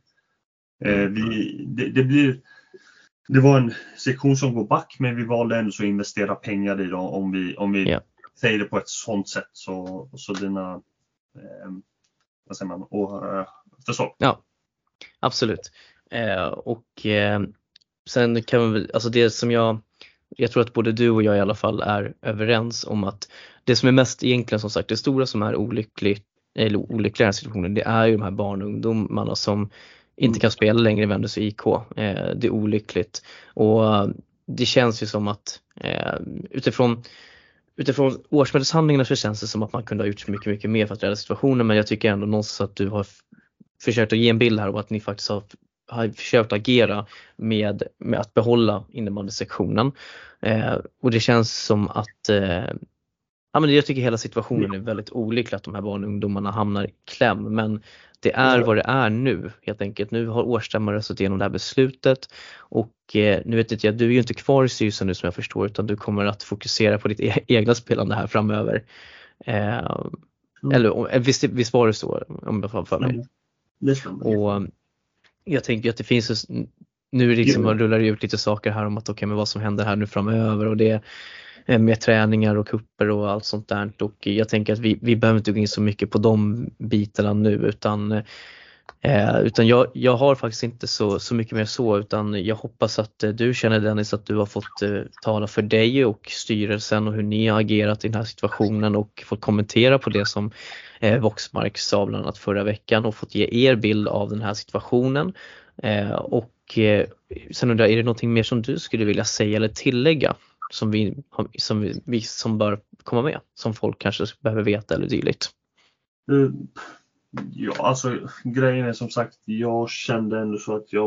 Det var en sektion som går back, men vi valde ändå att investera pengar i dem om vi säger det på ett sånt sätt så dina vad säger man, förstår. Ja, absolut. Sen kan man väl, alltså det som jag tror att både du och jag i alla fall är överens om, att det som är mest egentligen, som sagt, det stora som är olyckliga i den här situationen, det är ju de här barn och ungdomarna som inte kan spela längre i Vendelse IK. Det är olyckligt, och det känns ju som att utifrån årsmöteshandlingarna så känns det som att man kunde ha gjort mycket, mycket mer för att rädda situationen, men jag tycker ändå någonstans att du har försökt att ge en bild här av att ni faktiskt har försökt agera med att behålla innebandysektionen. Och det känns som Ja, men jag tycker hela situationen är väldigt olycklig att de här barn och ungdomarna hamnar i kläm, men det är vad det är nu helt enkelt. Nu har årsstämman röstat igenom det här beslutet och nu vet inte jag, du är ju inte kvar i styrelsen nu som jag förstår, utan du kommer att fokusera på ditt egna spelande här framöver. Eller visst var det så om jag får för mig. Och jag tänker att det finns nu liksom rullar det ut lite saker här om att okej, men vad som händer här nu framöver, och det med träningar och kupper och allt sånt där, och jag tänker att vi behöver inte gå in så mycket på de bitarna nu, utan jag har faktiskt inte så mycket mer så, utan jag hoppas att du känner, Dennis, att du har fått tala för dig och styrelsen och hur ni har agerat i den här situationen och fått kommentera på det som Voxmark sa bland annat förra veckan och fått ge er bild av den här situationen. Och sen undrar jag, är det någonting mer som du skulle vilja säga eller tillägga som bör komma med, som folk kanske behöver veta eller dylikt? Ja, alltså grejen är som sagt, jag kände ändå så att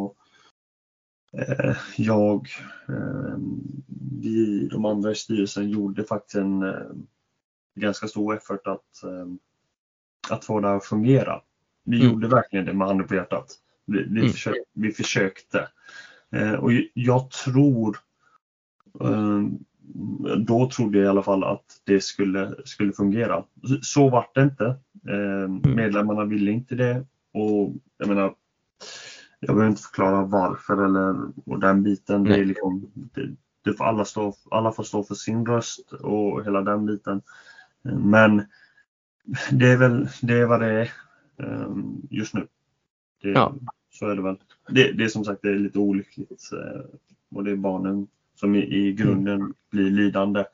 vi, de andra i styrelsen, gjorde faktiskt en ganska stor effort att få det här att fungera. Vi gjorde verkligen det med handen på hjärtat. Vi försökte. Och jag tror, då trodde jag i alla fall att det skulle fungera. Så var det inte. Medlemmarna ville inte det, och jag menar, jag behöver inte förklara varför och den biten. Det är liksom, det får alla får stå för sin röst och hela den biten. Men det är vad det är just nu. Så är det väl. Det är som sagt, det är lite olyckligt, och det är barnen som i grunden blir lidande.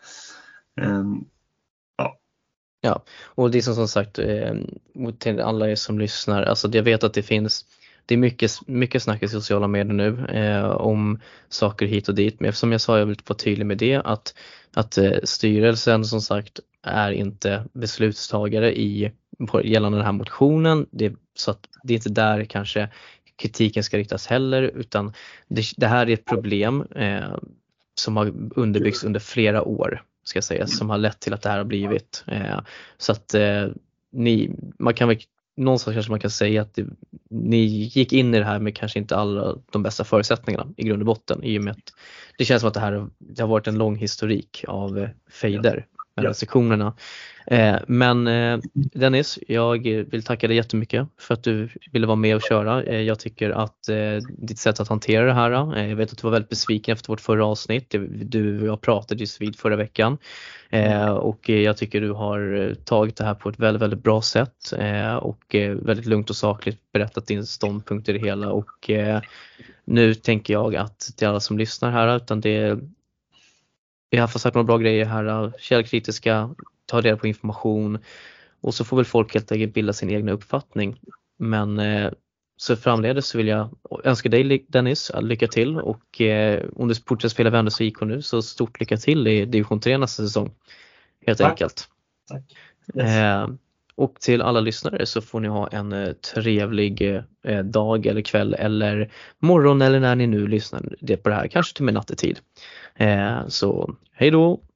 Ja, och det är som sagt till alla er som lyssnar, alltså jag vet att det är mycket snack i sociala medier nu om saker hit och dit, men som jag sa, jag vill vara tydlig med det, att styrelsen som sagt är inte beslutstagare gällande den här motionen, så att det är inte där kanske kritiken ska riktas heller, utan det här är ett problem som har underbyggts under flera år, ska jag säga, som har lett till att det här har blivit. Så att man kan väl någonstans kanske man kan säga att ni gick in i det här med kanske inte alla de bästa förutsättningarna i grund och botten, i och med att det känns som att det har varit en lång historik av fejder mellan sektionerna. Men Dennis, jag vill tacka dig jättemycket för att du ville vara med och köra. Jag tycker att ditt sätt att hantera det här, jag vet att du var väldigt besviken efter vårt förra avsnitt. Du och jag pratade just vid förra veckan. Och jag tycker du har tagit det här på ett väldigt, väldigt bra sätt och väldigt lugnt och sakligt berättat din ståndpunkt i det hela. Och nu tänker jag att till alla som lyssnar här, utan vi har fått sagt några bra grejer här, källkritiska, ta reda på information, och så får väl folk helt enkelt bilda sin egna uppfattning. Men så framledes så vill jag önska dig, Dennis, lycka till, och om du fortsätter spela Vändelse IK nu, så stort lycka till i division 3 nästa säsong, helt enkelt. Tack. Yes. Och till alla lyssnare så får ni ha en trevlig dag eller kväll eller morgon, eller när ni nu lyssnar på det här, kanske till med nattetid. Så hej då!